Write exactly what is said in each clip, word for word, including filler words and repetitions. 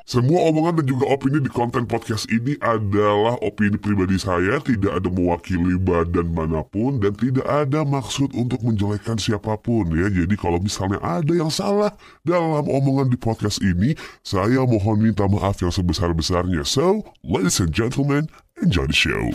Semua omongan dan juga opini di konten podcast ini adalah opini pribadi saya, tidak ada mewakili badan manapun dan tidak ada maksud untuk menjelekkan siapapun ya. Jadi kalau misalnya ada yang salah dalam omongan di podcast ini, saya mohon minta maaf yang sebesar-besarnya. So, ladies and gentlemen, enjoy the show.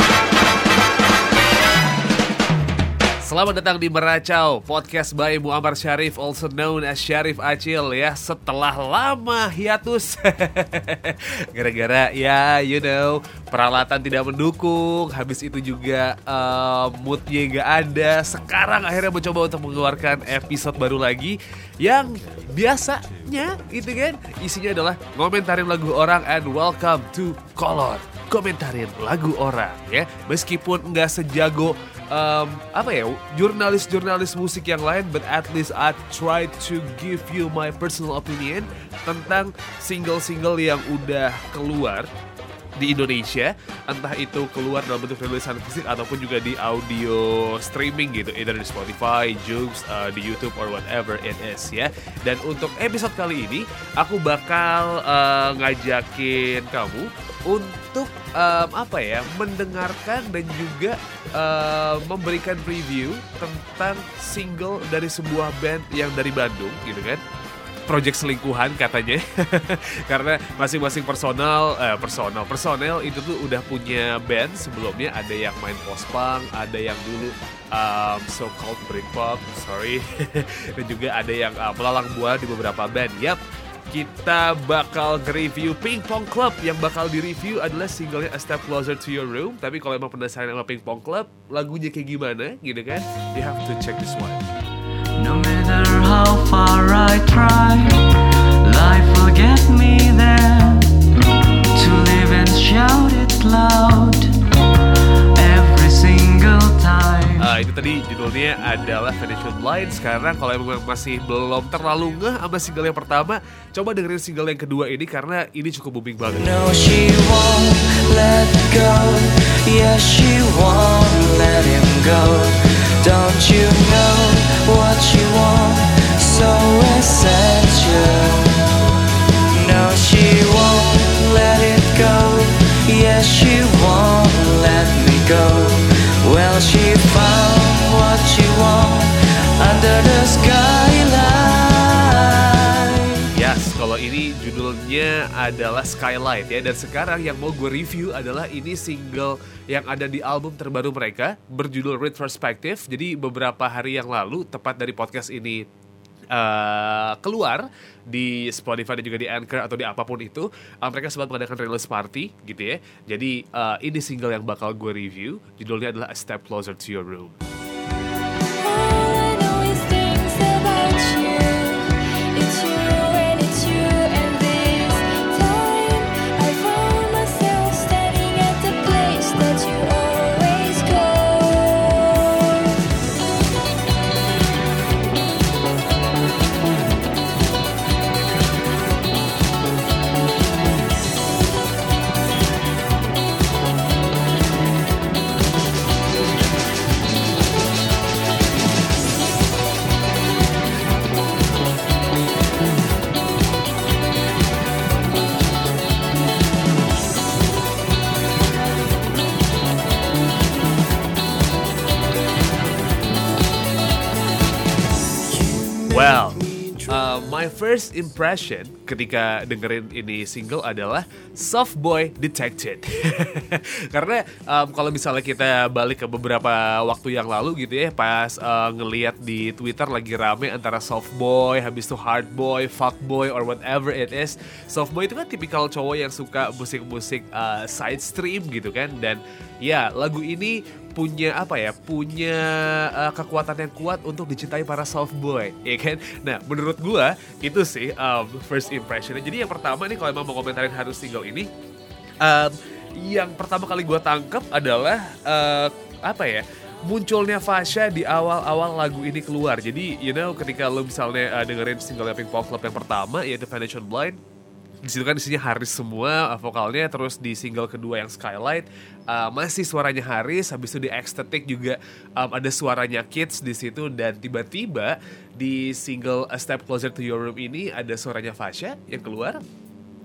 Selamat datang di Meracau, podcast by Muammar Syarif, also known as Syarif Acil ya. Setelah lama hiatus, gara-gara ya you know peralatan tidak mendukung, habis itu juga uh, moodnya gak ada. Sekarang akhirnya mencoba untuk mengeluarkan episode baru lagi yang biasanya itu kan isinya adalah ngomentarin lagu orang. And welcome to Kolor, komentarin lagu orang ya. Meskipun nggak sejago Um, apa ya, jurnalis-jurnalis musik yang lain, but at least I try to give you my personal opinion tentang single-single yang udah keluar di Indonesia, entah itu keluar dalam bentuk rilisan fisik ataupun juga di audio streaming gitu, either di Spotify, Joox, uh, di YouTube or whatever it is ya. Dan untuk episode kali ini aku bakal uh, ngajakin kamu untuk um, apa ya, mendengarkan dan juga uh, memberikan review tentang single dari sebuah band yang dari Bandung gitu kan. Project selingkuhan katanya. Karena masing-masing personal eh, personal personel itu tuh udah punya band sebelumnya. Ada yang main post-punk, ada yang dulu um, so-called Britpop, sorry. Dan juga ada yang uh, melalang buah di beberapa band. Yap, kita bakal nge-review Ping Pong Club. Yang bakal di-review adalah singlenya A Step Closer to Your Room. Tapi kalau emang penasaran sama Ping Pong Club, lagunya kayak gimana gitu kan, you have to check this one. No matter how far I try, life will get me there. To live and shout it loud every single time. Uh, itu tadi judulnya adalah Financial Blind. Sekarang kalau emang masih belum terlalu ngeh sama single yang pertama, coba dengerin single yang kedua ini karena ini cukup booming banget. No, she won't let go. Yes, she won't let him go. Don't you know what you want? So essential. No, she won't let it go. Yes, she won't let me go. Well, she found what she want under the skyline. Yes, kalau ini judulnya adalah Skylight ya. Dan sekarang yang mau gue review adalah ini single yang ada di album terbaru mereka berjudul Retrospective. Jadi beberapa hari yang lalu, tepat dari podcast ini uh, keluar di Spotify dan juga di Anchor atau di apapun itu, uh, mereka sempat mengadakan release party gitu ya. Jadi uh, ini single yang bakal gue review. Judulnya adalah A Step Closer to Your Room. Well, uh, my first impression ketika dengerin ini single adalah soft boy detected. Karena um, kalau misalnya kita balik ke beberapa waktu yang lalu gitu ya, pas uh, ngelihat di Twitter lagi rame antara soft boy, habis itu hard boy, fuck boy or whatever it is. Soft boy itu kan tipikal cowok yang suka musik-musik uh, side stream gitu kan. Dan ya, lagu ini punya apa ya, punya uh, kekuatan yang kuat untuk dicintai para soft boy, ya kan? Nah, menurut gua itu sih um, first impressionnya. Jadi yang pertama nih, kalau emang mau komentarin harus single ini, um, yang pertama kali gua tangkep adalah uh, apa ya, munculnya Fasha di awal-awal lagu ini keluar. Jadi you know, ketika lo misalnya uh, dengerin single Ping Pong Club yang pertama, yaitu Financial Blind, di situ kan isinya Haris semua uh, vokalnya. Terus di single kedua yang Skylight uh, masih suaranya Haris. Habis itu di Ecstatic juga um, ada suaranya Kids di situ. Dan tiba-tiba di single A Step Closer to Your Room ini ada suaranya Fasha yang keluar.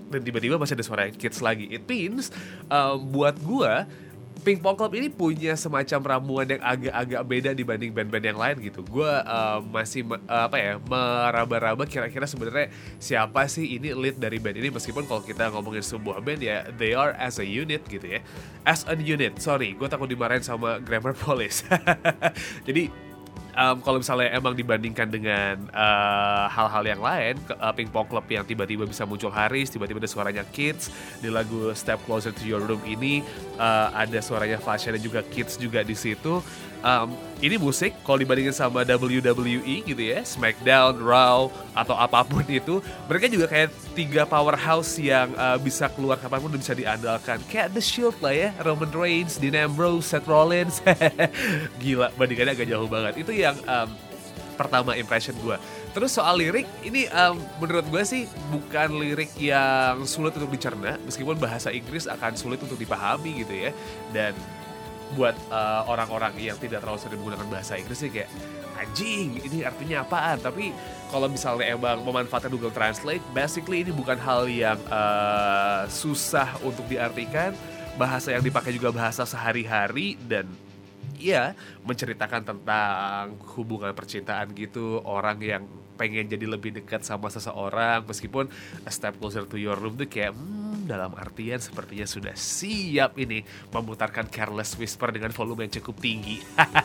dan tiba-tiba masih ada suara kids lagi. It means um, buat gua Pinkpong Club ini punya semacam ramuan yang agak-agak beda dibanding band-band yang lain gitu. Gue uh, masih uh, apa ya meraba-raba kira-kira sebenarnya siapa sih ini lead dari band ini, meskipun kalau kita ngomongin sebuah band ya they are as a unit gitu ya. As a unit, sorry, gue takut dimarahin sama Grammar Police. Jadi Um, kalau misalnya emang dibandingkan dengan uh, hal-hal yang lain, uh, Pinkpong Club yang tiba-tiba bisa muncul Haris, tiba-tiba ada suaranya Kids di lagu Step Closer to Your Room ini, uh, ada suaranya Fasha dan juga Kids juga di situ. Um, ini musik kalau dibandingin sama W W E gitu ya, SmackDown, Raw atau apapun itu, mereka juga kayak tiga powerhouse yang uh, bisa keluar kapanpun dan bisa diandalkan. Kayak The Shield lah ya, Roman Reigns, Dean Ambrose, Seth Rollins. Gila, bandingannya agak jauh banget. Itu yang um, pertama impression gue. Terus soal lirik, ini um, menurut gue sih bukan lirik yang sulit untuk dicerna, meskipun bahasa Inggris akan sulit untuk dipahami gitu ya. Dan buat uh, orang-orang yang tidak terlalu sering menggunakan bahasa Inggris sih kayak anjing, ini artinya apaan? Tapi kalau misalnya emang memanfaatkan Google Translate, basically ini bukan hal yang uh, susah untuk diartikan. Bahasa yang dipakai juga bahasa sehari-hari dan ya menceritakan tentang hubungan percintaan gitu, orang yang pengen jadi lebih dekat sama seseorang, meskipun A Step Closer to Your Room tuh kayak hmm, dalam artian sepertinya sudah siap ini memutarkan Careless Whisper dengan volume yang cukup tinggi.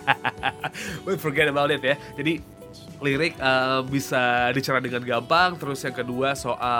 But forget about it ya. Jadi lirik uh, bisa dicerna dengan gampang. Terus yang kedua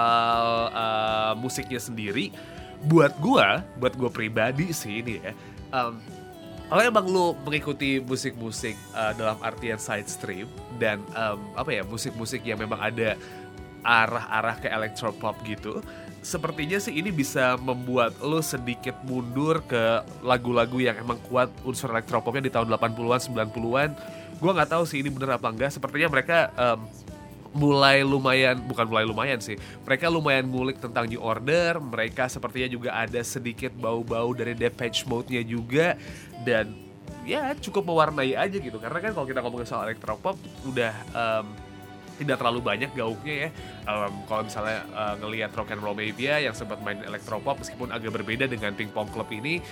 soal uh, musiknya sendiri, buat gua, buat gua pribadi sih ini ya. Um, Kalau emang lu mengikuti musik-musik uh, dalam artian side stream dan um, apa ya musik-musik yang memang ada arah-arah ke electropop gitu, sepertinya sih ini bisa membuat lu sedikit mundur ke lagu-lagu yang emang kuat unsur elektropopnya di tahun delapan puluhan, sembilan puluhan. Gua nggak tahu sih ini bener apa enggak. Sepertinya mereka um, mulai lumayan, bukan mulai lumayan sih, mereka lumayan ngulik tentang New Order. Mereka sepertinya juga ada sedikit bau-bau dari Depeche Mode-nya juga. Dan ya cukup mewarnai aja gitu. Karena kan kalau kita ngomongin soal electropop udah um, tidak terlalu banyak gaungnya ya. Um, kalau misalnya uh, ngelihat Rock and Roll Mafia yang sempat main electropop, meskipun agak berbeda dengan Pinkpong Club ini,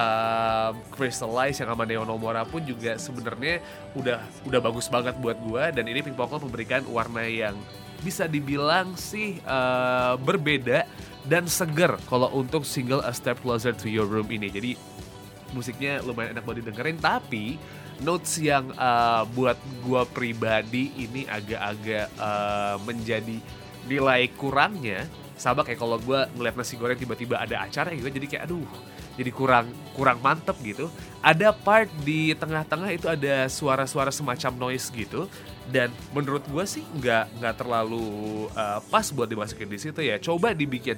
um, Crystallize yang sama Neo Nomura pun juga sebenarnya udah udah bagus banget buat gua. Dan ini Pinkpong Club memberikan warna yang bisa dibilang sih uh, berbeda dan seger kalau untuk single A Step Closer to Your Room ini. Jadi musiknya lumayan enak buat didengerin, tapi notes yang uh, buat gua pribadi ini agak-agak uh, menjadi nilai kurangnya, sama kayak kalau gua ngeliat nasi goreng tiba-tiba ada acara gitu, jadi kayak aduh, jadi kurang kurang mantep gitu. Ada part di tengah-tengah itu ada suara-suara semacam noise gitu, dan menurut gua sih nggak nggak terlalu uh, pas buat dimasukin di situ ya. Coba dibikin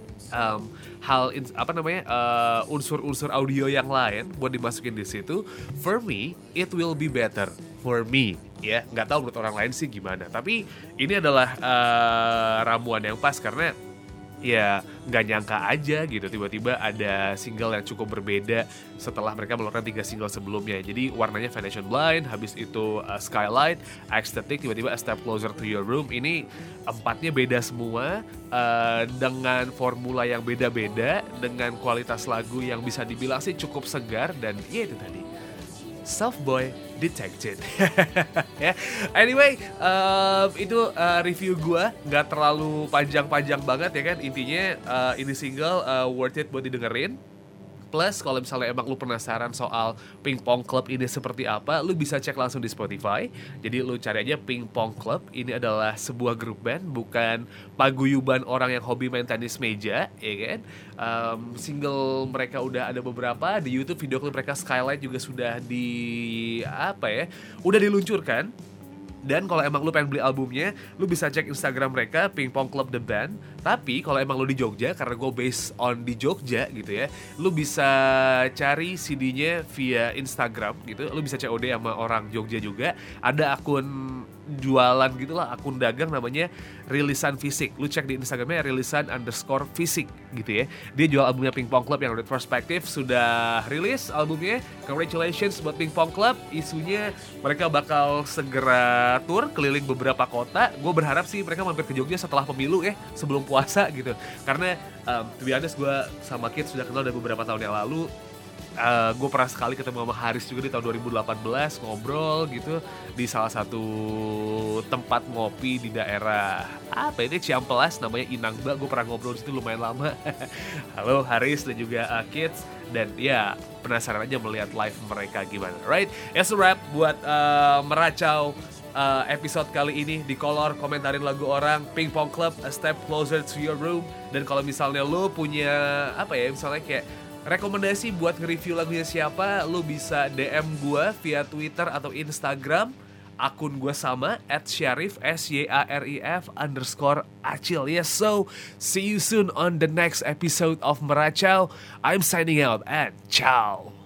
Um, hal in, apa namanya uh, unsur-unsur audio yang lain buat dimasukin di situ. For me, it will be better for me. Ya, nggak tahu menurut orang lain sih gimana. Tapi ini adalah uh, ramuan yang pas karena ya nggak nyangka aja gitu tiba-tiba ada single yang cukup berbeda setelah mereka mengeluarkan tiga single sebelumnya. Jadi warnanya Venetian Blind, habis itu uh, Skylight, Ecstatic, tiba-tiba A Step Closer to Your Room. Ini empatnya beda semua, uh, dengan formula yang beda-beda, dengan kualitas lagu yang bisa dibilang sih cukup segar. Dan ya itu tadi, Soft Boy Detected. Ya, anyway, um, itu uh, review gue, nggak terlalu panjang-panjang banget ya kan. Intinya uh, ini single uh, worth it buat didengerin. Plus kalau misalnya emang lu penasaran soal Pinkpong Club ini seperti apa, lu bisa cek langsung di Spotify. Jadi lu cari aja Pinkpong Club. Ini adalah sebuah grup band, bukan paguyuban orang yang hobi main tenis meja, ya kan. Um, single mereka udah ada beberapa di YouTube, video klip mereka Skylight juga sudah di apa ya, udah diluncurkan. Dan kalau emang lu pengen beli albumnya, lu bisa cek Instagram mereka, Pinkpong Club The Band. Tapi kalau emang lu di Jogja, karena gue based on di Jogja gitu ya, lu bisa cari C D-nya via Instagram gitu. Lu bisa C O D sama orang Jogja juga. Ada akun jualan gitulah, akun dagang namanya Rilisan Fisik. Lu cek di Instagramnya rilisan underscore fisik gitu ya. Dia jual albumnya Pinkpong Club yang retrospektif, sudah rilis albumnya. Congratulations buat Pinkpong Club. Isunya mereka bakal segera tour keliling beberapa kota. Gue berharap sih mereka mampir ke Jogja setelah pemilu ya, sebelum puasa gitu. Karena um, to be honest, gue sama Kids sudah kenal dari beberapa tahun yang lalu. Uh, gue pernah sekali ketemu sama Haris juga di tahun dua ribu delapan belas, ngobrol gitu di salah satu tempat ngopi di daerah apa ini Ciampelas, namanya Inangba. Gue pernah ngobrol di situ lumayan lama. Halo Haris dan juga uh, Kids, dan ya penasaran aja melihat live mereka gimana. Right, that's a wrap buat uh, meracau uh, episode kali ini. Di kolor komentarin lagu orang, Pinkpong Club, A Step Closer to Your Room. Dan kalau misalnya lo punya apa ya, misalnya kayak rekomendasi buat nge-review lagunya siapa, lu bisa D M gue via Twitter atau Instagram. Akun gue sama, at Syarif, S Y A R I F underscore Acil. Yes, so see you soon on the next episode of Meracau. I'm signing out and ciao.